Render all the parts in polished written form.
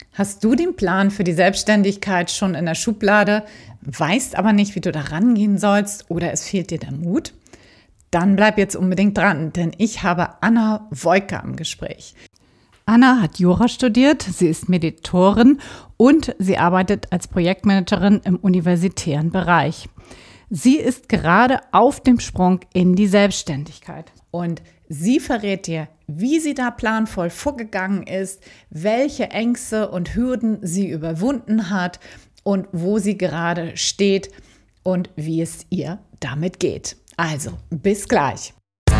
Hast du den Plan für die Selbstständigkeit schon in der Schublade, weißt aber nicht, wie du da rangehen sollst oder es fehlt dir der Mut? Dann bleib jetzt unbedingt dran, denn ich habe Anna Woike am Gespräch. Anna hat Jura studiert, sie ist Meditorin und sie arbeitet als Projektmanagerin im universitären Bereich. Sie ist gerade auf dem Sprung in die Selbstständigkeit und sie verrät dir, wie sie da planvoll vorgegangen ist, welche Ängste und Hürden sie überwunden hat und wo sie gerade steht und wie es ihr damit geht. Also, bis gleich.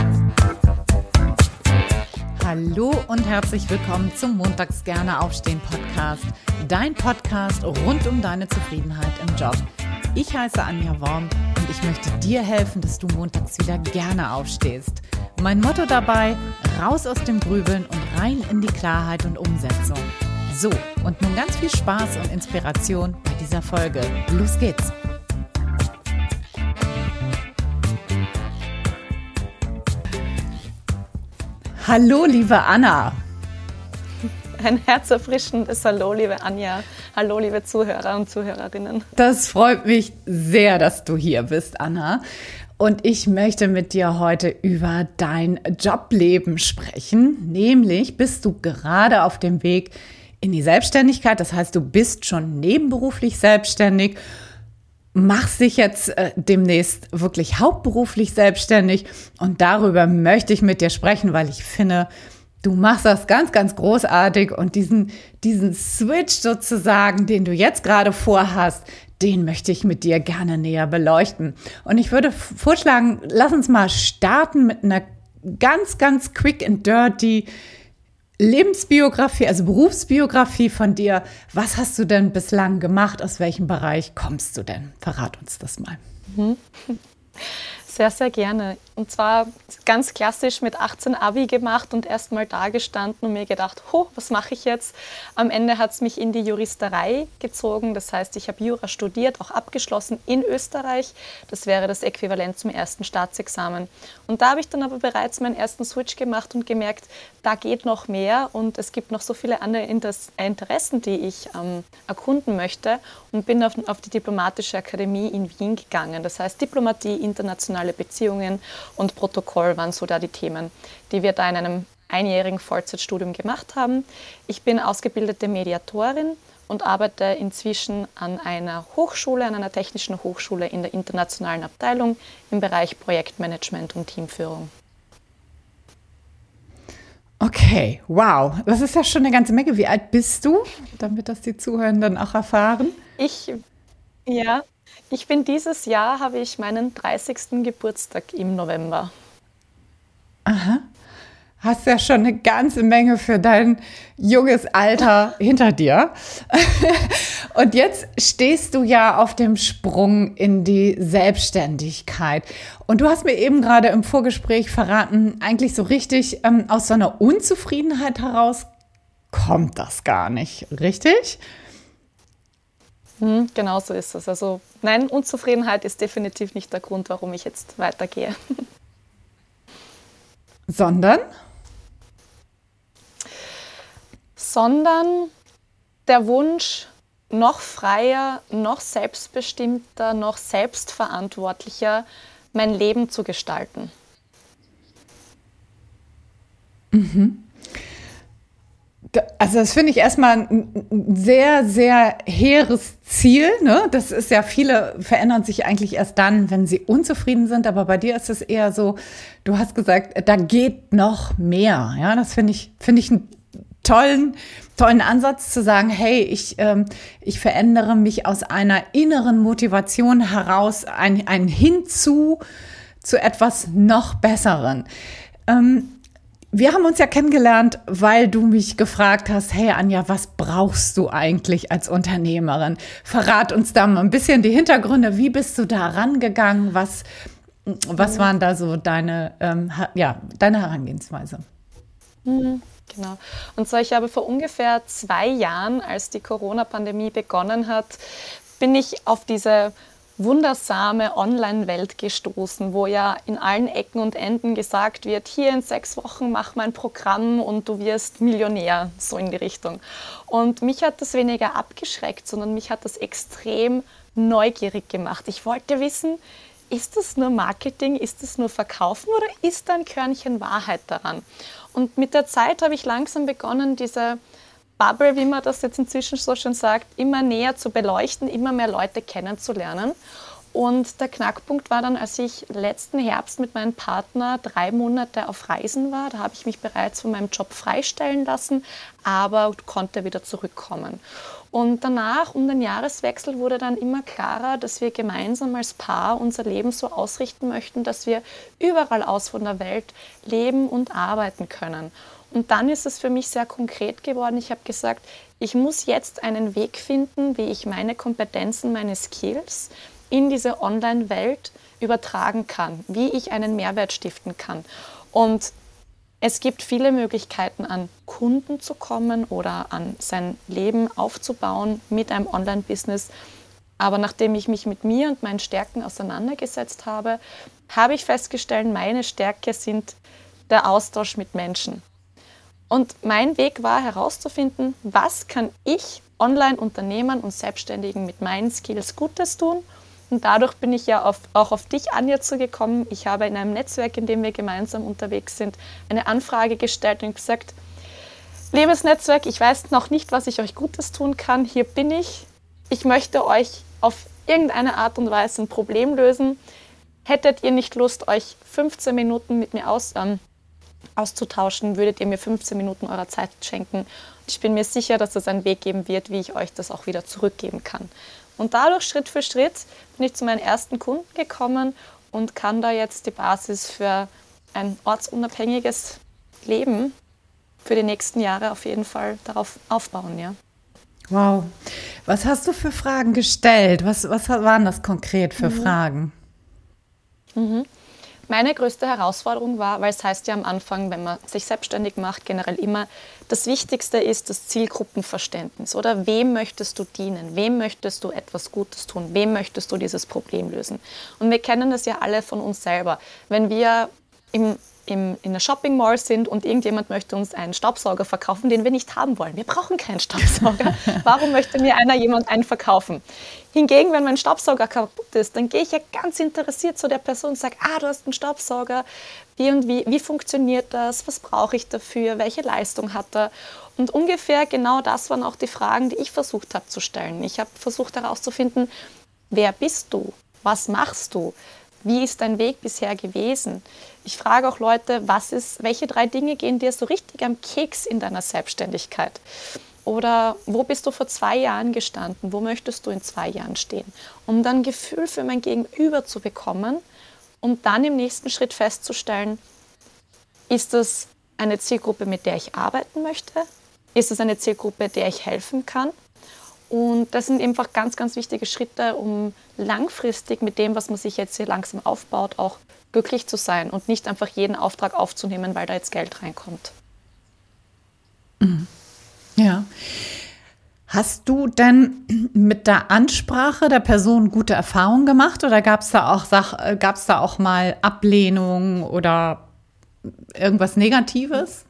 Hallo und herzlich willkommen zum Montags gerne aufstehen Podcast. Dein Podcast rund um deine Zufriedenheit im Job. Ich heiße Anja Worm und ich möchte dir helfen, dass du montags wieder gerne aufstehst. Mein Motto dabei, raus aus dem Grübeln und rein in die Klarheit und Umsetzung. So, und nun ganz viel Spaß und Inspiration bei dieser Folge. Los geht's! Hallo, liebe Anna. Ein herzerfrischendes Hallo, liebe Anja. Hallo, liebe Zuhörer und Zuhörerinnen. Das freut mich sehr, dass du hier bist, Anna. Und ich möchte mit dir heute über dein Jobleben sprechen. Nämlich bist du gerade auf dem Weg in die Selbstständigkeit. Das heißt, du bist schon nebenberuflich selbstständig, machst dich jetzt demnächst wirklich hauptberuflich selbstständig. Und darüber möchte ich mit dir sprechen, weil ich finde, du machst das ganz, ganz großartig. Und diesen Switch sozusagen, den du jetzt gerade vorhast, den möchte ich mit dir gerne näher beleuchten. Und ich würde vorschlagen, lass uns mal starten mit einer ganz, ganz quick and dirty Lebensbiografie, also Berufsbiografie von dir. Was hast du denn bislang gemacht? Aus welchem Bereich kommst du denn? Verrat uns das mal. Sehr, sehr gerne. Und zwar ganz klassisch mit 18 Abi gemacht und erst mal da gestanden und mir gedacht, was mache ich jetzt? Am Ende hat es mich in die Juristerei gezogen. Das heißt, ich habe Jura studiert, auch abgeschlossen in Österreich. Das wäre das Äquivalent zum ersten Staatsexamen. Und da habe ich dann aber bereits meinen ersten Switch gemacht und gemerkt, da geht noch mehr und es gibt noch so viele andere Interessen, die ich erkunden möchte und bin auf die Diplomatische Akademie in Wien gegangen. Das heißt, Diplomatie, internationale Beziehungen und Protokoll waren so da die Themen, die wir da in einem einjährigen Vollzeitstudium gemacht haben. Ich bin ausgebildete Mediatorin und arbeite inzwischen an einer Hochschule, an einer technischen Hochschule in der internationalen Abteilung im Bereich Projektmanagement und Teamführung. Okay, wow. Das ist ja schon eine ganze Menge. Wie alt bist du, damit das die Zuhörenden auch erfahren? Ich bin dieses Jahr, habe ich meinen 30. Geburtstag im November. Aha. Hast ja schon eine ganze Menge für dein junges Alter hinter dir. Und jetzt stehst du ja auf dem Sprung in die Selbstständigkeit. Und du hast mir eben gerade im Vorgespräch verraten, eigentlich so richtig aus so einer Unzufriedenheit heraus kommt das gar nicht, richtig? Genau so ist es. Also nein, Unzufriedenheit ist definitiv nicht der Grund, warum ich jetzt weitergehe. Sondern der Wunsch, noch freier, noch selbstbestimmter, noch selbstverantwortlicher mein Leben zu gestalten. Also das finde ich erstmal ein sehr, sehr hehres Ziel, ne? Das ist ja, viele verändern sich eigentlich erst dann, wenn sie unzufrieden sind, aber bei dir ist es eher so, du hast gesagt, da geht noch mehr, ja? Das finde ich einen tollen Ansatz zu sagen, hey, ich verändere mich aus einer inneren Motivation heraus, ein Hinzu zu etwas noch Besseren. Wir haben uns ja kennengelernt, weil du mich gefragt hast, hey Anja, was brauchst du eigentlich als Unternehmerin? Verrat uns da mal ein bisschen die Hintergründe. Wie bist du da rangegangen? Was waren da so deine Herangehensweise? Genau. Und zwar, ich habe vor ungefähr 2 Jahren, als die Corona-Pandemie begonnen hat, bin ich auf diese wundersame Online-Welt gestoßen, wo ja in allen Ecken und Enden gesagt wird, hier in 6 Wochen mach mein Programm und du wirst Millionär, so in die Richtung. Und mich hat das weniger abgeschreckt, sondern mich hat das extrem neugierig gemacht. Ich wollte wissen, ist das nur Marketing, ist das nur Verkaufen oder ist da ein Körnchen Wahrheit daran? Und mit der Zeit habe ich langsam begonnen, diese Bubble, wie man das jetzt inzwischen so schön sagt, immer näher zu beleuchten, immer mehr Leute kennenzulernen. Und der Knackpunkt war dann, als ich letzten Herbst mit meinem Partner 3 Monate auf Reisen war. Da habe ich mich bereits von meinem Job freistellen lassen, aber konnte wieder zurückkommen. Und danach, um den Jahreswechsel, wurde dann immer klarer, dass wir gemeinsam als Paar unser Leben so ausrichten möchten, dass wir überall aus von der Welt leben und arbeiten können. Und dann ist es für mich sehr konkret geworden. Ich habe gesagt, ich muss jetzt einen Weg finden, wie ich meine Kompetenzen, meine Skills in diese Online-Welt übertragen kann, wie ich einen Mehrwert stiften kann. Und es gibt viele Möglichkeiten, an Kunden zu kommen oder an sein Leben aufzubauen mit einem Online-Business. Aber nachdem ich mich mit mir und meinen Stärken auseinandergesetzt habe, habe ich festgestellt, meine Stärke sind der Austausch mit Menschen. Und mein Weg war herauszufinden, was kann ich Online-Unternehmern und Selbstständigen mit meinen Skills Gutes tun. Und dadurch bin ich ja auch auf dich, Anja, zugekommen. Ich habe in einem Netzwerk, in dem wir gemeinsam unterwegs sind, eine Anfrage gestellt und gesagt, liebes Netzwerk, ich weiß noch nicht, was ich euch Gutes tun kann. Hier bin ich. Ich möchte euch auf irgendeine Art und Weise ein Problem lösen. Hättet ihr nicht Lust, euch 15 Minuten mit mir auszutauschen, würdet ihr mir 15 Minuten eurer Zeit schenken. Und ich bin mir sicher, dass es einen Weg geben wird, wie ich euch das auch wieder zurückgeben kann. Und dadurch, Schritt für Schritt, bin ich zu meinen ersten Kunden gekommen und kann da jetzt die Basis für ein ortsunabhängiges Leben für die nächsten Jahre auf jeden Fall darauf aufbauen. Ja. Wow. Was hast du für Fragen gestellt? Was waren das konkret für Fragen? Meine größte Herausforderung war, weil es heißt ja am Anfang, wenn man sich selbstständig macht, generell immer, das Wichtigste ist das Zielgruppenverständnis. Oder wem möchtest du dienen? Wem möchtest du etwas Gutes tun? Wem möchtest du dieses Problem lösen? Und wir kennen das ja alle von uns selber. Wenn wir in der Shopping Mall sind und irgendjemand möchte uns einen Staubsauger verkaufen, den wir nicht haben wollen. Wir brauchen keinen Staubsauger. Warum möchte mir jemand einen verkaufen? Hingegen, wenn mein Staubsauger kaputt ist, dann gehe ich ja ganz interessiert zu der Person und sage, du hast einen Staubsauger, wie funktioniert das, was brauche ich dafür, welche Leistung hat er? Und ungefähr genau das waren auch die Fragen, die ich versucht habe zu stellen. Ich habe versucht herauszufinden, wer bist du, was machst du? Wie ist dein Weg bisher gewesen? Ich frage auch Leute, welche 3 Dinge gehen dir so richtig am Keks in deiner Selbstständigkeit? Oder wo bist du vor 2 Jahren gestanden? Wo möchtest du in 2 Jahren stehen? Um dann ein Gefühl für mein Gegenüber zu bekommen, um dann im nächsten Schritt festzustellen, ist das eine Zielgruppe, mit der ich arbeiten möchte? Ist es eine Zielgruppe, der ich helfen kann? Und das sind einfach ganz, ganz wichtige Schritte, um langfristig mit dem, was man sich jetzt hier langsam aufbaut, auch glücklich zu sein und nicht einfach jeden Auftrag aufzunehmen, weil da jetzt Geld reinkommt. Ja. Hast du denn mit der Ansprache der Person gute Erfahrungen gemacht oder gab es da auch mal Ablehnung oder irgendwas Negatives?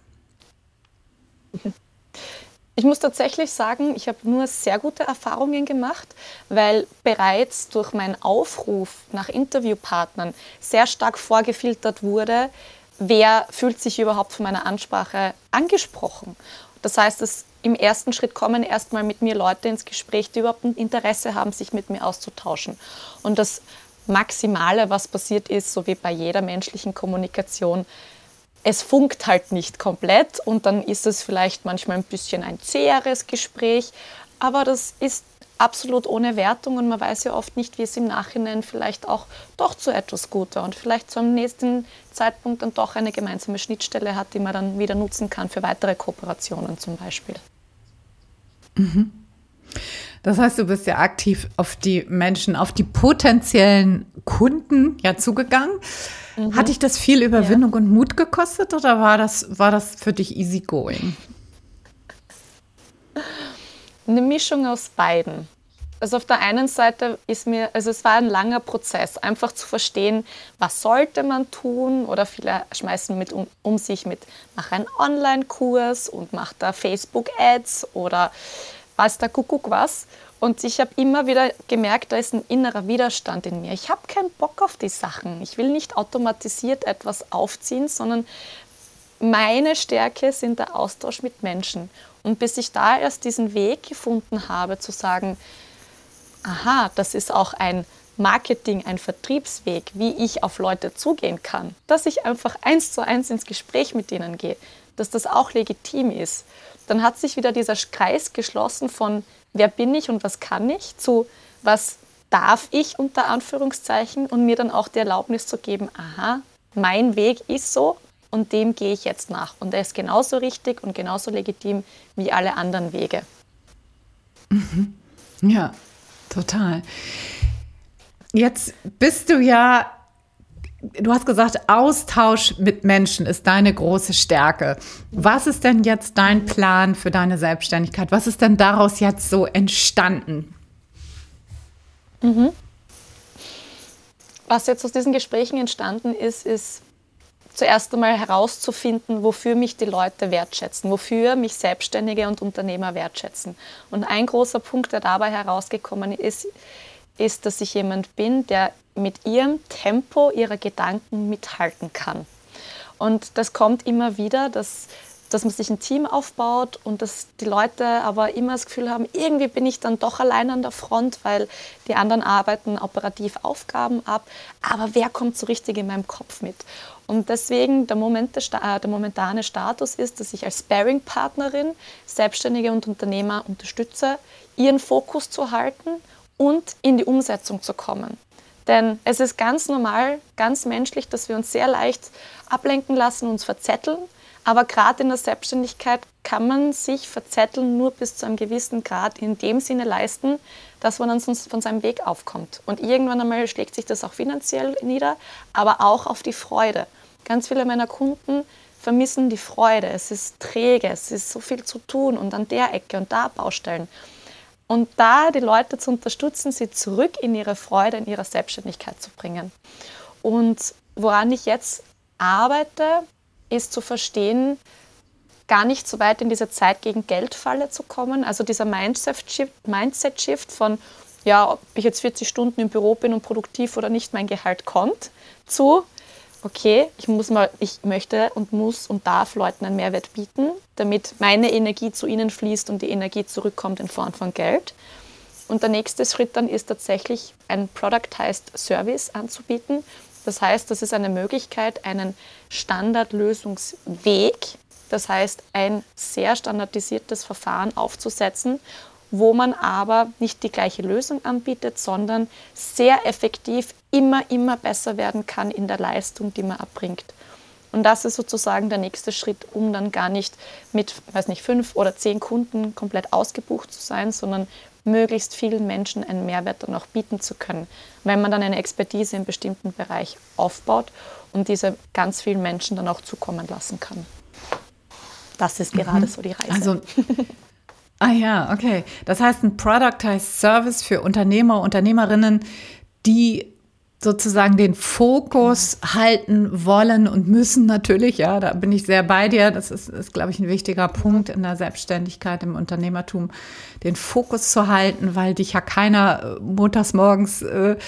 Ich muss tatsächlich sagen, ich habe nur sehr gute Erfahrungen gemacht, weil bereits durch meinen Aufruf nach Interviewpartnern sehr stark vorgefiltert wurde, wer fühlt sich überhaupt von meiner Ansprache angesprochen. Das heißt, im ersten Schritt kommen erstmal mit mir Leute ins Gespräch, die überhaupt ein Interesse haben, sich mit mir auszutauschen. Und das Maximale, was passiert ist, so wie bei jeder menschlichen Kommunikation, es funkt halt nicht komplett und dann ist es vielleicht manchmal ein bisschen ein zäheres Gespräch, aber das ist absolut ohne Wertung und man weiß ja oft nicht, wie es im Nachhinein vielleicht auch doch zu etwas gut war und vielleicht zum nächsten Zeitpunkt dann doch eine gemeinsame Schnittstelle hat, die man dann wieder nutzen kann für weitere Kooperationen zum Beispiel. Das heißt, du bist ja aktiv auf die Menschen, auf die potenziellen Kunden ja zugegangen. Hat dich das viel Überwindung und Mut gekostet oder war das für dich easy going? Eine Mischung aus beiden. Also auf der einen Seite es war ein langer Prozess, einfach zu verstehen, was sollte man tun, oder viele schmeißen um sich mit, mach einen Online-Kurs und mach da Facebook-Ads oder weiß der Kuckuck was. Und ich habe immer wieder gemerkt, da ist ein innerer Widerstand in mir. Ich habe keinen Bock auf die Sachen. Ich will nicht automatisiert etwas aufziehen, sondern meine Stärke sind der Austausch mit Menschen. Und bis ich da erst diesen Weg gefunden habe, zu sagen, aha, das ist auch ein Marketing, ein Vertriebsweg, wie ich auf Leute zugehen kann, dass ich einfach 1:1 ins Gespräch mit ihnen gehe, dass das auch legitim ist. Dann hat sich wieder dieser Kreis geschlossen von, wer bin ich und was kann ich, zu was darf ich unter Anführungszeichen, und mir dann auch die Erlaubnis zu geben, aha, mein Weg ist so und dem gehe ich jetzt nach. Und der ist genauso richtig und genauso legitim wie alle anderen Wege. Mhm. Ja, total. Jetzt bist du ja, du hast gesagt, Austausch mit Menschen ist deine große Stärke. Was ist denn jetzt dein Plan für deine Selbstständigkeit? Was ist denn daraus jetzt so entstanden? Was jetzt aus diesen Gesprächen entstanden ist zuerst einmal herauszufinden, wofür mich die Leute wertschätzen, wofür mich Selbstständige und Unternehmer wertschätzen. Und ein großer Punkt, der dabei herausgekommen ist, dass ich jemand bin, der mit ihrem Tempo, ihrer Gedanken mithalten kann. Und das kommt immer wieder, dass man sich ein Team aufbaut und dass die Leute aber immer das Gefühl haben, irgendwie bin ich dann doch allein an der Front, weil die anderen arbeiten operativ Aufgaben ab. Aber wer kommt so richtig in meinem Kopf mit? Und deswegen der momentane Status ist, dass ich als Sparring-Partnerin Selbstständige und Unternehmer unterstütze, ihren Fokus zu halten und in die Umsetzung zu kommen. Denn es ist ganz normal, ganz menschlich, dass wir uns sehr leicht ablenken lassen, uns verzetteln. Aber gerade in der Selbstständigkeit kann man sich verzetteln nur bis zu einem gewissen Grad in dem Sinne leisten, dass man dann von seinem Weg aufkommt. Und irgendwann einmal schlägt sich das auch finanziell nieder, aber auch auf die Freude. Ganz viele meiner Kunden vermissen die Freude. Es ist träge, es ist so viel zu tun und an der Ecke und da Baustellen. Und da die Leute zu unterstützen, sie zurück in ihre Freude, in ihre Selbstständigkeit zu bringen. Und woran ich jetzt arbeite, ist zu verstehen, gar nicht so weit in diese Zeit gegen Geldfalle zu kommen. Also dieser Mindset-Shift von, ja, ob ich jetzt 40 Stunden im Büro bin und produktiv oder nicht, mein Gehalt kommt, zu, okay, ich möchte und muss und darf Leuten einen Mehrwert bieten, damit meine Energie zu ihnen fließt und die Energie zurückkommt in Form von Geld. Und der nächste Schritt dann ist tatsächlich, ein Productized Service anzubieten. Das heißt, das ist eine Möglichkeit, einen Standardlösungsweg, das heißt ein sehr standardisiertes Verfahren aufzusetzen, wo man aber nicht die gleiche Lösung anbietet, sondern sehr effektiv immer besser werden kann in der Leistung, die man erbringt. Und das ist sozusagen der nächste Schritt, um dann gar nicht mit, 5 oder 10 Kunden komplett ausgebucht zu sein, sondern möglichst vielen Menschen einen Mehrwert dann auch bieten zu können, wenn man dann eine Expertise im bestimmten Bereich aufbaut und diese ganz vielen Menschen dann auch zukommen lassen kann. Das ist gerade so die Reise. Also, ja, okay. Das heißt, ein Productized Service für Unternehmer, Unternehmerinnen, die sozusagen den Fokus halten wollen und müssen natürlich, ja, da bin ich sehr bei dir. Das ist, glaube ich, ein wichtiger Punkt in der Selbstständigkeit, im Unternehmertum, den Fokus zu halten, weil dich ja keiner montags morgens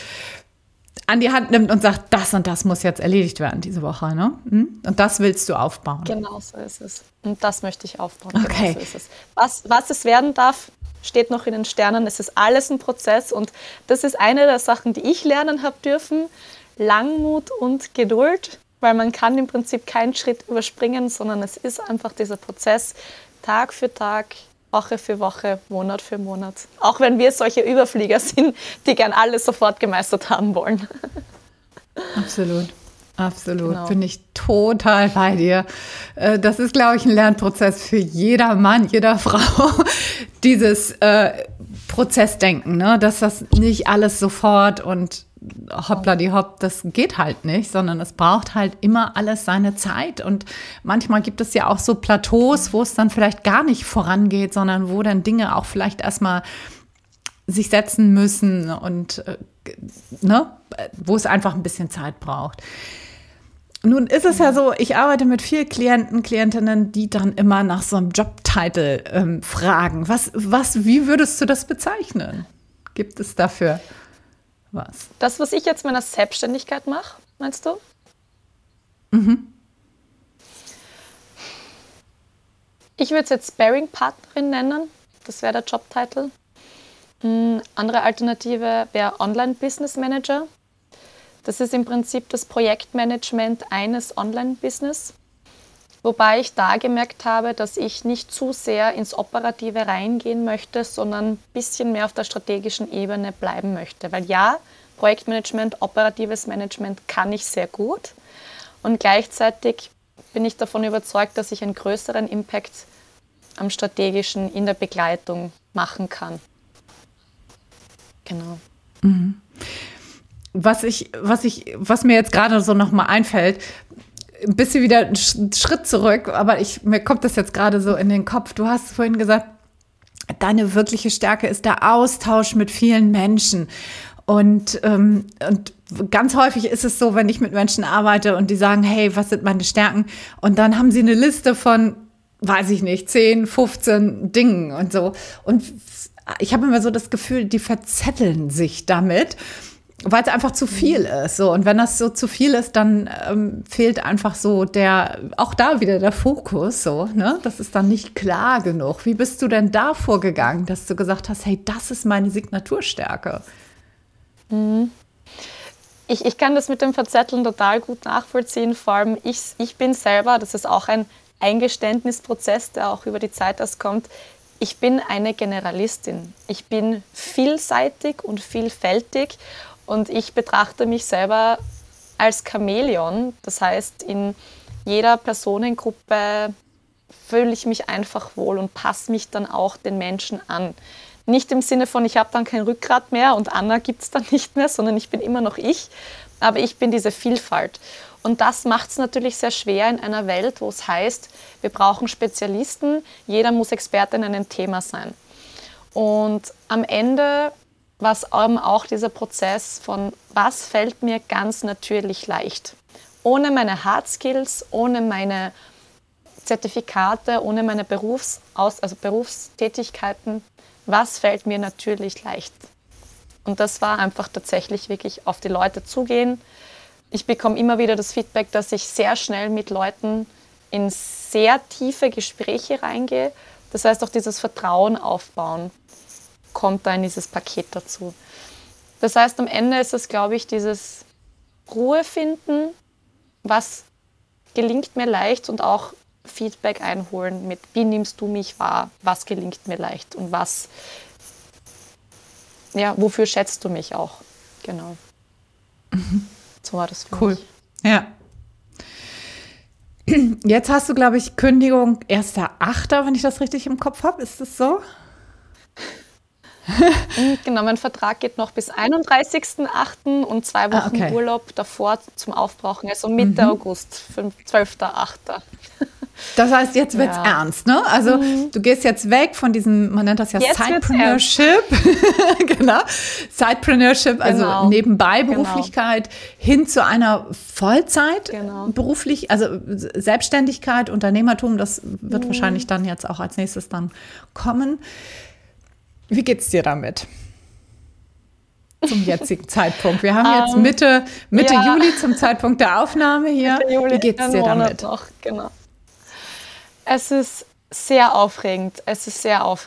an die Hand nimmt und sagt, das und das muss jetzt erledigt werden diese Woche, ne? Und das willst du aufbauen. Genau so ist es. Und das möchte ich aufbauen. Okay. Genau so ist es. Was es werden darf, steht noch in den Sternen. Es ist alles ein Prozess und das ist eine der Sachen, die ich lernen habe dürfen. Langmut und Geduld, weil man kann im Prinzip keinen Schritt überspringen, sondern es ist einfach dieser Prozess, Tag für Tag, Woche für Woche, Monat für Monat. Auch wenn wir solche Überflieger sind, die gern alles sofort gemeistert haben wollen. Absolut. Absolut, Genau. Bin ich total bei dir. Das ist, glaube ich, ein Lernprozess für jeder Mann, jeder Frau, dieses Prozessdenken, ne? Dass das nicht alles sofort und hoppla die hopp, das geht halt nicht, sondern es braucht halt immer alles seine Zeit. Und manchmal gibt es ja auch so Plateaus, wo es dann vielleicht gar nicht vorangeht, sondern wo dann Dinge auch vielleicht erstmal sich setzen müssen und ne, wo es einfach ein bisschen Zeit braucht. Nun ist es ja so, ich arbeite mit vielen Klienten, Klientinnen, die dann immer nach so einem Jobtitel fragen. Wie würdest du das bezeichnen? Gibt es dafür was? Das, was ich jetzt meiner Selbstständigkeit mache, meinst du? Mhm. Ich würde es jetzt Sparring-Partnerin nennen. Das wäre der Jobtitel. Andere Alternative wäre Online-Business-Manager. Das ist im Prinzip das Projektmanagement eines Online-Business. Wobei ich da gemerkt habe, dass ich nicht zu sehr ins Operative reingehen möchte, sondern ein bisschen mehr auf der strategischen Ebene bleiben möchte. Weil ja, Projektmanagement, operatives Management kann ich sehr gut. Und gleichzeitig bin ich davon überzeugt, dass ich einen größeren Impact am strategischen in der Begleitung machen kann. Genau. Mhm. Was mir jetzt gerade so nochmal einfällt, ein bisschen wieder einen Schritt zurück, aber mir kommt das jetzt gerade so in den Kopf. Du hast vorhin gesagt, deine wirkliche Stärke ist der Austausch mit vielen Menschen. Und ganz häufig ist es so, wenn ich mit Menschen arbeite und die sagen, hey, was sind meine Stärken? Und dann haben sie eine Liste von, weiß ich nicht, 10, 15 Dingen und so. Und ich habe immer so das Gefühl, die verzetteln sich damit, weil es einfach zu viel ist. So. Und wenn das so zu viel ist, dann fehlt einfach so auch da wieder der Fokus. So, ne? Das ist dann nicht klar genug. Wie bist du denn da vorgegangen, dass du gesagt hast, hey, das ist meine Signaturstärke? Ich kann das mit dem Verzetteln total gut nachvollziehen. Vor allem ich bin selber, das ist auch ein Eingeständnisprozess, der auch über die Zeit erst kommt. Ich bin eine Generalistin. Ich bin vielseitig und vielfältig und ich betrachte mich selber als Chamäleon. Das heißt, in jeder Personengruppe fühle ich mich einfach wohl und passe mich dann auch den Menschen an. Nicht im Sinne von, ich habe dann kein Rückgrat mehr und Anna gibt es dann nicht mehr, sondern ich bin immer noch ich, aber ich bin diese Vielfalt. Und das macht es natürlich sehr schwer in einer Welt, wo es heißt, wir brauchen Spezialisten, jeder muss Experte in einem Thema sein. Und am Ende war es auch dieser Prozess von, was fällt mir ganz natürlich leicht? Ohne meine Hard Skills, ohne meine Zertifikate, ohne meine Berufstätigkeiten, was fällt mir natürlich leicht? Und das war einfach tatsächlich wirklich auf die Leute zugehen. Ich bekomme immer wieder das Feedback, dass ich sehr schnell mit Leuten in sehr tiefe Gespräche reingehe. Das heißt, auch dieses Vertrauen aufbauen kommt da in dieses Paket dazu. Das heißt, am Ende ist es, glaube ich, dieses Ruhe finden, was gelingt mir leicht und auch Feedback einholen mit, wie nimmst du mich wahr, was gelingt mir leicht und wofür schätzt du mich auch. Genau. So war das für cool. mich. Ja. Jetzt hast du, glaube ich, Kündigung 1.8., wenn ich das richtig im Kopf habe. Ist das so? Genau, mein Vertrag geht noch bis 31.8. und 2 Wochen Urlaub davor zum Aufbrauchen, also Mitte August, 12.8. Das heißt, jetzt wird's ernst, ne? Also du gehst jetzt weg von diesem, man nennt das ja Sidepreneurship, genau, Sidepreneurship, also nebenbei Beruflichkeit, hin zu einer Vollzeit beruflich, also Selbstständigkeit, Unternehmertum, das wird wahrscheinlich dann jetzt auch als nächstes dann kommen. Wie geht's dir damit? Zum jetzigen Zeitpunkt. Wir haben jetzt Mitte Juli zum Zeitpunkt der Aufnahme hier. Wie geht's dir damit? Noch, genau. Es ist sehr aufregend. Es ist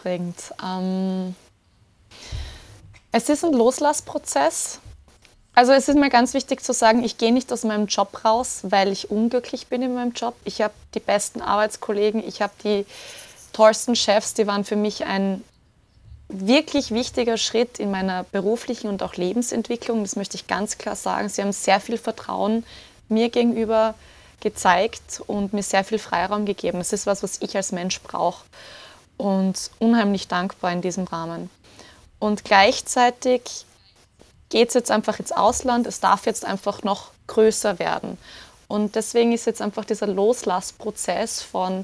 ein Loslassprozess. Also es ist mir ganz wichtig zu sagen, ich gehe nicht aus meinem Job raus, weil ich unglücklich bin in meinem Job. Ich habe die besten Arbeitskollegen, ich habe die tollsten Chefs, die waren für mich ein wirklich wichtiger Schritt in meiner beruflichen und auch Lebensentwicklung. Das möchte ich ganz klar sagen. Sie haben sehr viel Vertrauen mir gegenüber gezeigt und mir sehr viel Freiraum gegeben. Das ist was ich als Mensch brauche und unheimlich dankbar in diesem Rahmen. Und gleichzeitig geht es jetzt einfach ins Ausland. Es darf jetzt einfach noch größer werden. Und deswegen ist jetzt einfach dieser Loslassprozess von,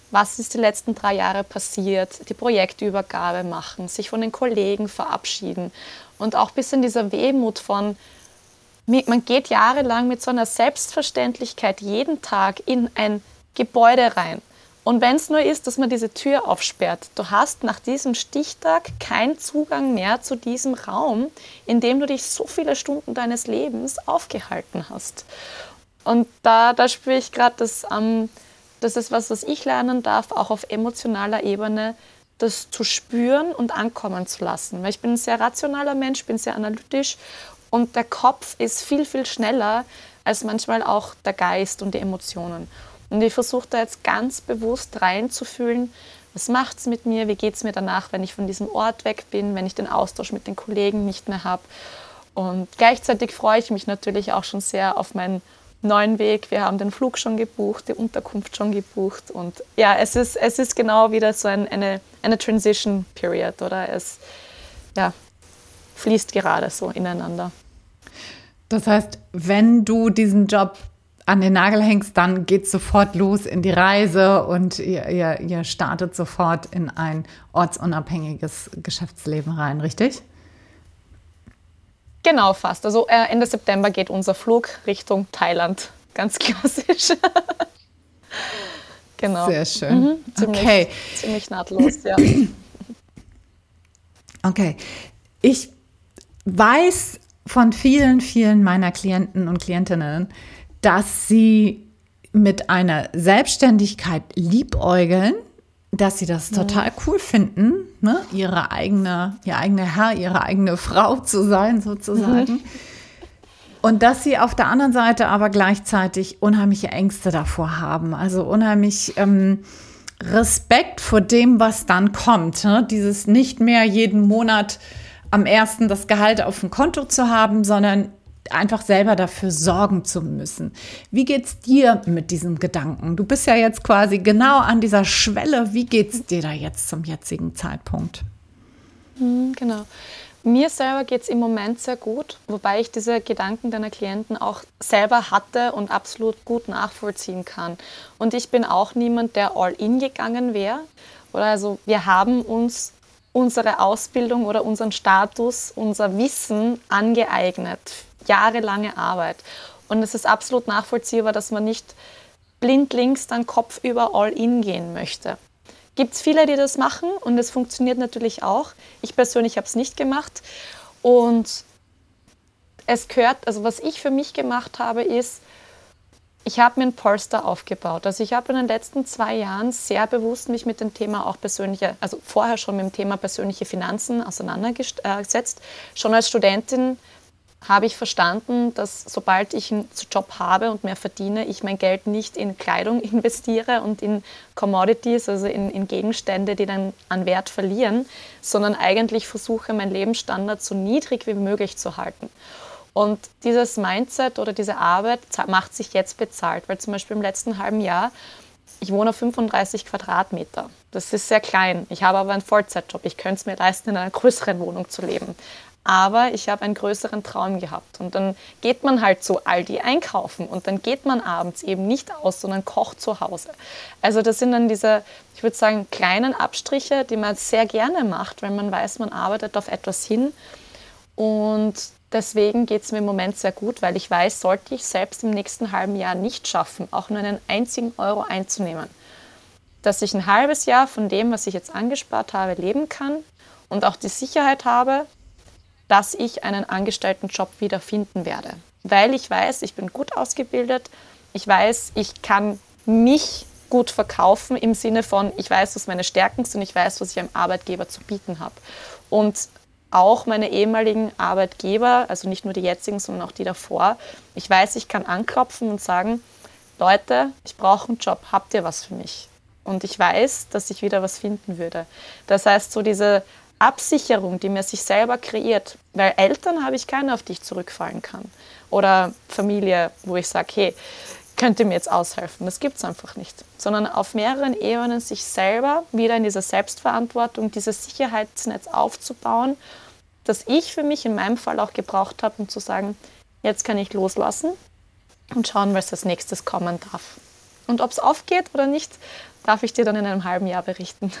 was ist die letzten 3 Jahre passiert, die Projektübergabe machen, sich von den Kollegen verabschieden und auch ein bisschen dieser Wehmut von, man geht jahrelang mit so einer Selbstverständlichkeit jeden Tag in ein Gebäude rein. Und wenn es nur ist, dass man diese Tür aufsperrt, du hast nach diesem Stichtag keinen Zugang mehr zu diesem Raum, in dem du dich so viele Stunden deines Lebens aufgehalten hast. Und da spüre ich gerade, dass das ist was ich lernen darf, auch auf emotionaler Ebene, das zu spüren und ankommen zu lassen. Weil ich bin ein sehr rationaler Mensch, bin sehr analytisch und der Kopf ist viel, viel schneller als manchmal auch der Geist und die Emotionen. Und ich versuche da jetzt ganz bewusst reinzufühlen, was macht es mit mir, wie geht es mir danach, wenn ich von diesem Ort weg bin, wenn ich den Austausch mit den Kollegen nicht mehr habe. Und gleichzeitig freue ich mich natürlich auch schon sehr auf meinen neuen Weg. Wir haben den Flug schon gebucht, die Unterkunft schon gebucht. Und ja, es ist genau wieder so eine Transition Period, oder? Es fließt gerade so ineinander. Das heißt, wenn du diesen Job an den Nagel hängst, dann geht es sofort los in die Reise und ihr startet sofort in ein ortsunabhängiges Geschäftsleben rein, richtig? Genau, fast. Also Ende September geht unser Flug Richtung Thailand. Ganz klassisch. Genau. Sehr schön. Ziemlich nahtlos, ja. Okay. Ich weiß von vielen, vielen meiner Klienten und Klientinnen, dass sie mit einer Selbstständigkeit liebäugeln, dass sie das total cool finden, ne? Ihr eigener Herr, ihre eigene Frau zu sein, sozusagen. Und dass sie auf der anderen Seite aber gleichzeitig unheimliche Ängste davor haben, also unheimlich Respekt vor dem, was dann kommt. Ne? Dieses nicht mehr jeden Monat am 1. das Gehalt auf dem Konto zu haben, sondern einfach selber dafür sorgen zu müssen. Wie geht's dir mit diesem Gedanken? Du bist ja jetzt quasi genau an dieser Schwelle. Wie geht's dir da jetzt zum jetzigen Zeitpunkt? Genau. Mir selber geht es im Moment sehr gut, wobei ich diese Gedanken deiner Klienten auch selber hatte und absolut gut nachvollziehen kann. Und ich bin auch niemand, der all in gegangen wäre. Oder also wir haben uns unsere Ausbildung oder unseren Status, unser Wissen angeeignet. Jahrelange Arbeit. Und es ist absolut nachvollziehbar, dass man nicht blindlings dann kopfüber all in gehen möchte. Gibt es viele, die das machen und es funktioniert natürlich auch. Ich persönlich habe es nicht gemacht. Und es gehört, also was ich für mich gemacht habe, ist, ich habe mir ein Polster aufgebaut. Also ich habe in den letzten 2 Jahren sehr bewusst mich mit dem Thema auch also vorher schon mit dem Thema persönliche Finanzen auseinandergesetzt. Schon als Studentin habe ich verstanden, dass sobald ich einen Job habe und mehr verdiene, ich mein Geld nicht in Kleidung investiere und in Commodities, also in Gegenstände, die dann an Wert verlieren, sondern eigentlich versuche, meinen Lebensstandard so niedrig wie möglich zu halten. Und dieses Mindset oder diese Arbeit macht sich jetzt bezahlt, weil zum Beispiel im letzten halben Jahr, ich wohne auf 35 Quadratmeter. Das ist sehr klein. Ich habe aber einen Vollzeitjob. Ich könnte es mir leisten, in einer größeren Wohnung zu leben. Aber ich habe einen größeren Traum gehabt. Und dann geht man halt zu Aldi einkaufen und dann geht man abends eben nicht aus, sondern kocht zu Hause. Also das sind dann diese, ich würde sagen, kleinen Abstriche, die man sehr gerne macht, wenn man weiß, man arbeitet auf etwas hin. Und deswegen geht es mir im Moment sehr gut, weil ich weiß, sollte ich selbst im nächsten halben Jahr nicht schaffen, auch nur einen einzigen Euro einzunehmen, dass ich ein halbes Jahr von dem, was ich jetzt angespart habe, leben kann und auch die Sicherheit habe, dass ich einen Angestelltenjob wieder finden werde. Weil ich weiß, ich bin gut ausgebildet, ich weiß, ich kann mich gut verkaufen im Sinne von, ich weiß, was meine Stärken sind, ich weiß, was ich einem Arbeitgeber zu bieten habe. Und auch meine ehemaligen Arbeitgeber, also nicht nur die jetzigen, sondern auch die davor, ich weiß, ich kann anklopfen und sagen, Leute, ich brauche einen Job, habt ihr was für mich? Und ich weiß, dass ich wieder was finden würde. Das heißt, so diese Absicherung, die mir sich selber kreiert, weil Eltern habe ich keine, auf die ich zurückfallen kann. Oder Familie, wo ich sage, hey, könnt ihr mir jetzt aushelfen? Das gibt es einfach nicht. Sondern auf mehreren Ebenen sich selber wieder in dieser Selbstverantwortung, dieses Sicherheitsnetz aufzubauen, das ich für mich in meinem Fall auch gebraucht habe, um zu sagen, jetzt kann ich loslassen und schauen, was als nächstes kommen darf. Und ob es aufgeht oder nicht, darf ich dir dann in einem halben Jahr berichten.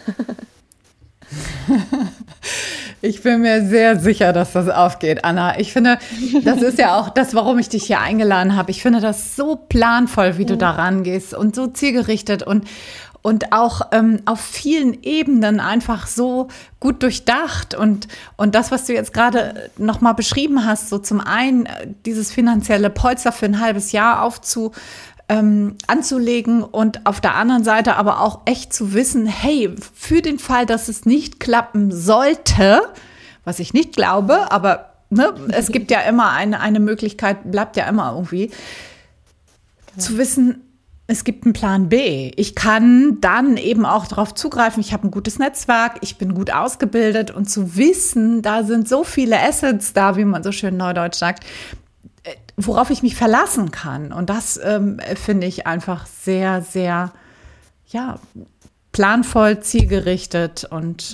Ich bin mir sehr sicher, dass das aufgeht, Anna. Ich finde, das ist ja auch das, warum ich dich hier eingeladen habe. Ich finde das so planvoll, wie du da rangehst und so zielgerichtet und auch auf vielen Ebenen einfach so gut durchdacht. Und das, was du jetzt gerade nochmal beschrieben hast, so zum einen dieses finanzielle Polster für ein halbes Jahr anzulegen und auf der anderen Seite aber auch echt zu wissen, hey, für den Fall, dass es nicht klappen sollte, was ich nicht glaube, aber ne, es gibt ja immer eine Möglichkeit, bleibt ja immer irgendwie, zu wissen, es gibt einen Plan B. Ich kann dann eben auch darauf zugreifen, ich habe ein gutes Netzwerk, ich bin gut ausgebildet und zu wissen, da sind so viele Assets da, wie man so schön neudeutsch sagt, worauf ich mich verlassen kann. Und das finde ich einfach sehr, sehr planvoll, zielgerichtet und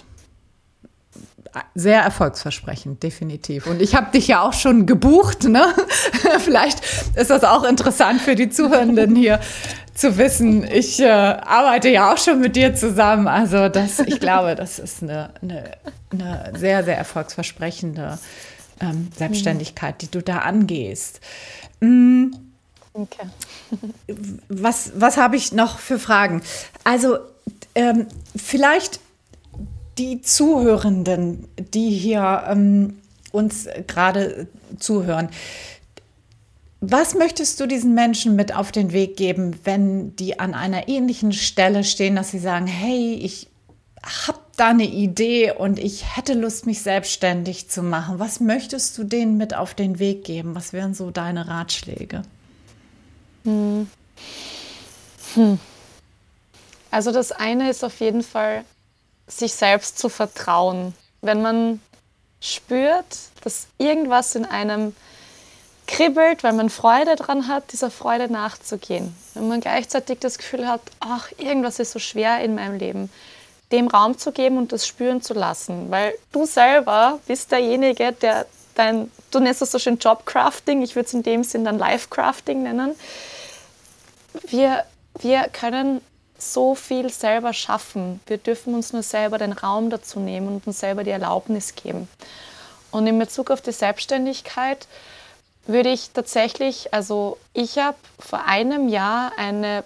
sehr erfolgsversprechend, definitiv. Und ich habe dich ja auch schon gebucht, ne? Vielleicht ist das auch interessant für die Zuhörenden hier zu wissen. Ich arbeite ja auch schon mit dir zusammen. Also ich glaube, das ist eine sehr, sehr erfolgsversprechende Selbstständigkeit, die du da angehst. Okay. Was habe ich noch für Fragen? Also vielleicht die Zuhörenden, die hier uns gerade zuhören. Was möchtest du diesen Menschen mit auf den Weg geben, wenn die an einer ähnlichen Stelle stehen, dass sie sagen, hey, ich habe da eine Idee und ich hätte Lust, mich selbstständig zu machen. Was möchtest du denen mit auf den Weg geben? Was wären so deine Ratschläge? Also das eine ist auf jeden Fall, sich selbst zu vertrauen. Wenn man spürt, dass irgendwas in einem kribbelt, weil man Freude dran hat, dieser Freude nachzugehen. Wenn man gleichzeitig das Gefühl hat, ach, irgendwas ist so schwer in meinem Leben, dem Raum zu geben und das spüren zu lassen. Weil du selber bist derjenige, der du nennst es so schön Jobcrafting, ich würde es in dem Sinn dann Lifecrafting nennen. Wir können so viel selber schaffen. Wir dürfen uns nur selber den Raum dazu nehmen und uns selber die Erlaubnis geben. Und in Bezug auf die Selbstständigkeit würde ich tatsächlich, also ich habe vor einem Jahr eine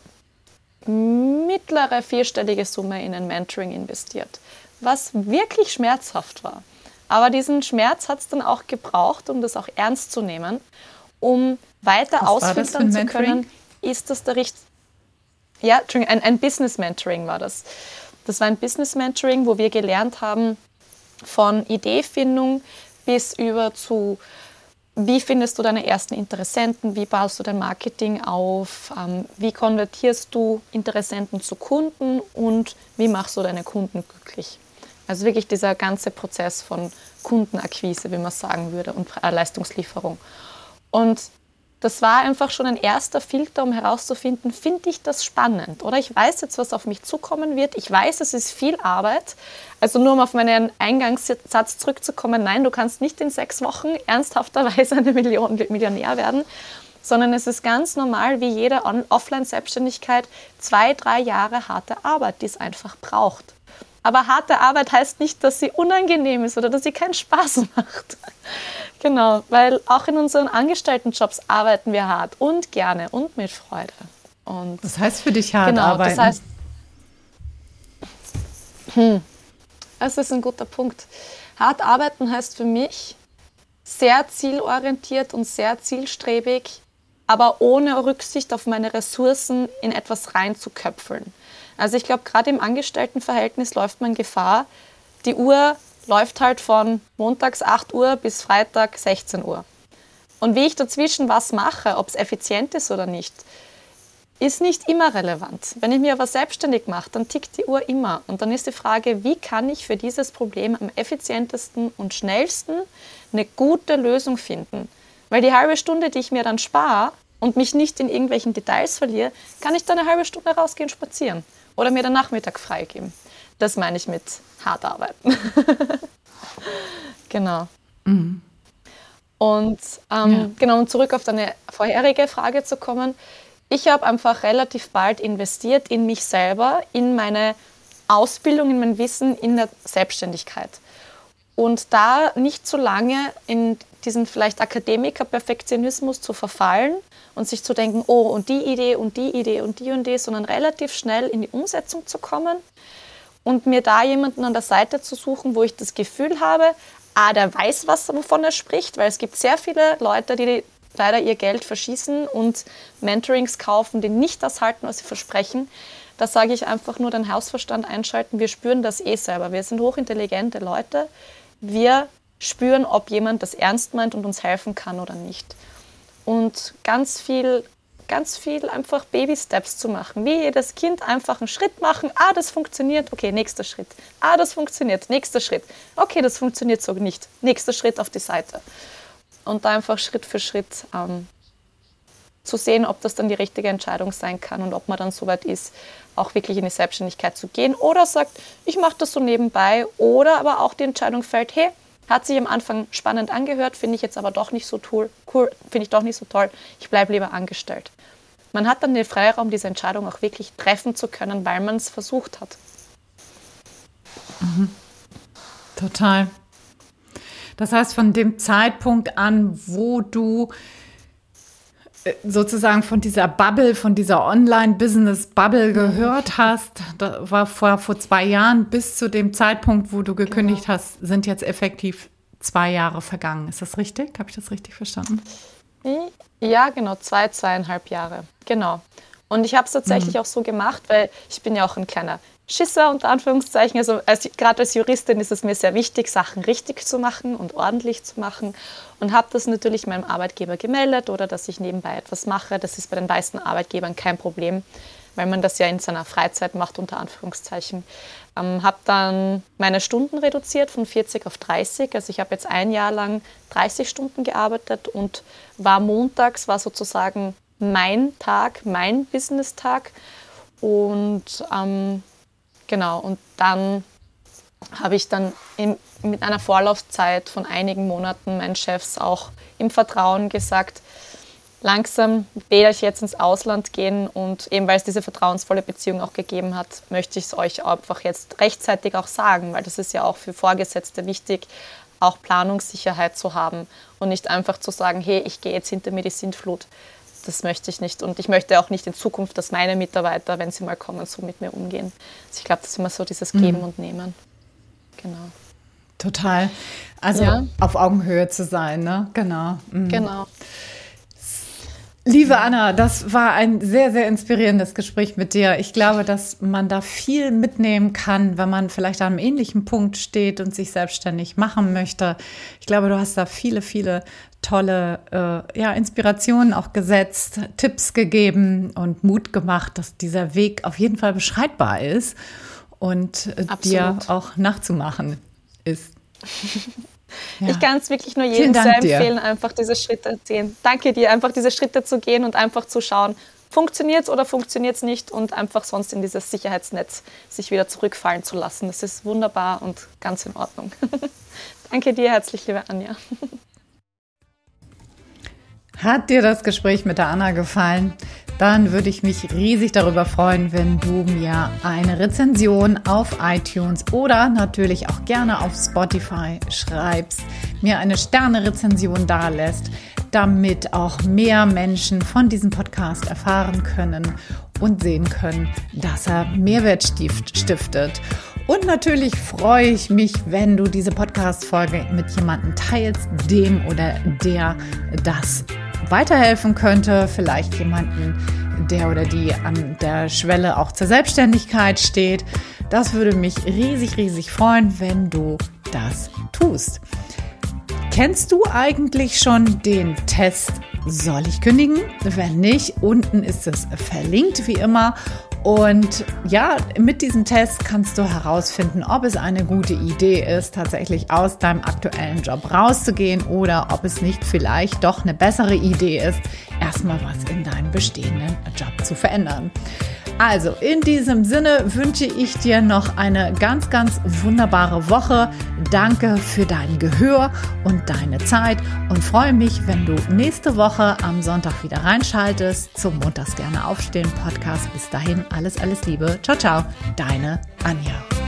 mittlere 4-stellige Summe in ein Mentoring investiert, was wirklich schmerzhaft war. Aber diesen Schmerz hat es dann auch gebraucht, um das auch ernst zu nehmen, um weiter ausfiltern zu können, ist das der richtige... Ja, ein Business-Mentoring war das. Das war ein Business-Mentoring, wo wir gelernt haben, von Ideefindung bis über zu, wie findest du deine ersten Interessenten, wie baust du dein Marketing auf, wie konvertierst du Interessenten zu Kunden und wie machst du deine Kunden glücklich. Also wirklich dieser ganze Prozess von Kundenakquise, wie man sagen würde, und Leistungslieferung. Und das war einfach schon ein erster Filter, um herauszufinden, finde ich das spannend? Oder ich weiß jetzt, was auf mich zukommen wird. Ich weiß, es ist viel Arbeit. Also nur um auf meinen Eingangssatz zurückzukommen, nein, du kannst nicht in 6 Wochen ernsthafterweise eine Millionär werden, sondern es ist ganz normal, wie jede Offline-Selbstständigkeit, 2-3 Jahre harte Arbeit, die es einfach braucht. Aber harte Arbeit heißt nicht, dass sie unangenehm ist oder dass sie keinen Spaß macht. Genau, weil auch in unseren Angestelltenjobs arbeiten wir hart und gerne und mit Freude. Und was heißt für dich hart arbeiten? Das heißt, das ist ein guter Punkt. Hart arbeiten heißt für mich sehr zielorientiert und sehr zielstrebig, aber ohne Rücksicht auf meine Ressourcen in etwas reinzuköpfeln. Also ich glaube, gerade im Angestelltenverhältnis läuft man Gefahr, die Uhr läuft halt von montags 8 Uhr bis Freitag 16 Uhr. Und wie ich dazwischen was mache, ob es effizient ist oder nicht, ist nicht immer relevant. Wenn ich mir aber selbstständig mache, dann tickt die Uhr immer. Und dann ist die Frage, wie kann ich für dieses Problem am effizientesten und schnellsten eine gute Lösung finden? Weil die halbe Stunde, die ich mir dann spare und mich nicht in irgendwelchen Details verliere, kann ich dann eine halbe Stunde rausgehen spazieren oder mir den Nachmittag freigeben. Das meine ich mit hart arbeiten. Genau. Und genau, um zurück auf deine vorherige Frage zu kommen, ich habe einfach relativ bald investiert in mich selber, in meine Ausbildung, in mein Wissen, in der Selbstständigkeit. Und da nicht so lange in diesen vielleicht Akademiker-Perfektionismus zu verfallen und sich zu denken, oh, und die Idee und die Idee und die, sondern relativ schnell in die Umsetzung zu kommen und mir da jemanden an der Seite zu suchen, wo ich das Gefühl habe, der weiß was, wovon er spricht, weil es gibt sehr viele Leute, die leider ihr Geld verschießen und Mentorings kaufen, die nicht das halten, was sie versprechen. Da sage ich einfach nur, den Hausverstand einschalten. Wir spüren das selber. Wir sind hochintelligente Leute. Wir spüren, ob jemand das ernst meint und uns helfen kann oder nicht. Und ganz viel einfach Baby-Steps zu machen. Wie jedes Kind einfach einen Schritt machen. Das funktioniert. Okay, nächster Schritt. Das funktioniert. Nächster Schritt. Okay, das funktioniert so nicht. Nächster Schritt auf die Seite. Und da einfach Schritt für Schritt zu sehen, ob das dann die richtige Entscheidung sein kann und ob man dann soweit ist, auch wirklich in die Selbstständigkeit zu gehen oder sagt, ich mache das so nebenbei oder aber auch die Entscheidung fällt, hey, hat sich am Anfang spannend angehört, finde ich jetzt aber doch nicht so cool, finde ich doch nicht so toll, ich bleibe lieber angestellt. Man hat dann den Freiraum, diese Entscheidung auch wirklich treffen zu können, weil man es versucht hat. Mhm. Total. Das heißt, von dem Zeitpunkt an, wo du sozusagen von dieser Bubble, von dieser Online-Business-Bubble gehört hast, das war vor 2 Jahren, bis zu dem Zeitpunkt, wo du gekündigt hast, sind jetzt effektiv 2 Jahre vergangen. Ist das richtig? Habe ich das richtig verstanden? Ja, genau, 2,5 Jahre. Genau. Und ich habe es tatsächlich auch so gemacht, weil ich bin ja auch ein kleiner Schisser, unter Anführungszeichen. Also gerade als Juristin ist es mir sehr wichtig, Sachen richtig zu machen und ordentlich zu machen. Und habe das natürlich meinem Arbeitgeber gemeldet oder dass ich nebenbei etwas mache. Das ist bei den meisten Arbeitgebern kein Problem, weil man das ja in seiner Freizeit macht, unter Anführungszeichen. Habe dann meine Stunden reduziert von 40 auf 30. Also ich habe jetzt 1 Jahr lang 30 Stunden gearbeitet und war montags, war sozusagen mein Tag, mein Business-Tag. Und genau, und dann habe ich dann mit einer Vorlaufzeit von einigen Monaten meinen Chefs auch im Vertrauen gesagt, langsam werde ich jetzt ins Ausland gehen und eben weil es diese vertrauensvolle Beziehung auch gegeben hat, möchte ich es euch einfach jetzt rechtzeitig auch sagen, weil das ist ja auch für Vorgesetzte wichtig, auch Planungssicherheit zu haben und nicht einfach zu sagen, hey, ich gehe jetzt hinter mir die Sintflut. Das möchte ich nicht. Und ich möchte auch nicht in Zukunft, dass meine Mitarbeiter, wenn sie mal kommen, so mit mir umgehen. Also ich glaube, das ist immer so dieses Geben und Nehmen. Genau. Total. Also auf Augenhöhe zu sein, ne? Genau. Genau. Liebe Anna, das war ein sehr, sehr inspirierendes Gespräch mit dir. Ich glaube, dass man da viel mitnehmen kann, wenn man vielleicht an einem ähnlichen Punkt steht und sich selbstständig machen möchte. Ich glaube, du hast da viele, viele tolle Inspirationen auch gesetzt, Tipps gegeben und Mut gemacht, dass dieser Weg auf jeden Fall beschreitbar ist und dir auch nachzumachen ist. Ja. Ich kann es wirklich nur jedem sehr empfehlen, einfach diese Schritte zu gehen. Danke dir, einfach diese Schritte zu gehen und einfach zu schauen, funktioniert es oder funktioniert es nicht und einfach sonst in dieses Sicherheitsnetz sich wieder zurückfallen zu lassen. Das ist wunderbar und ganz in Ordnung. Danke dir herzlich, liebe Anja. Hat dir das Gespräch mit der Anna gefallen? Dann würde ich mich riesig darüber freuen, wenn du mir eine Rezension auf iTunes oder natürlich auch gerne auf Spotify schreibst, mir eine Sterne-Rezension dalässt, damit auch mehr Menschen von diesem Podcast erfahren können und sehen können, dass er Mehrwert stiftet. Und natürlich freue ich mich, wenn du diese Podcast-Folge mit jemandem teilst, dem oder der das weiterhelfen könnte, vielleicht jemanden, der oder die an der Schwelle auch zur Selbstständigkeit steht. Das würde mich riesig, riesig freuen, wenn du das tust. Kennst du eigentlich schon den Test Soll ich kündigen? Wenn nicht, unten ist es verlinkt wie immer. Und ja, mit diesem Test kannst du herausfinden, ob es eine gute Idee ist, tatsächlich aus deinem aktuellen Job rauszugehen oder ob es nicht vielleicht doch eine bessere Idee ist, erstmal was in deinem bestehenden Job zu verändern. Also in diesem Sinne wünsche ich dir noch eine ganz, ganz wunderbare Woche. Danke für dein Gehör und deine Zeit und freue mich, wenn du nächste Woche am Sonntag wieder reinschaltest zum Montags gerne aufstehen Podcast. Bis dahin alles, alles Liebe. Ciao, ciao, deine Anja.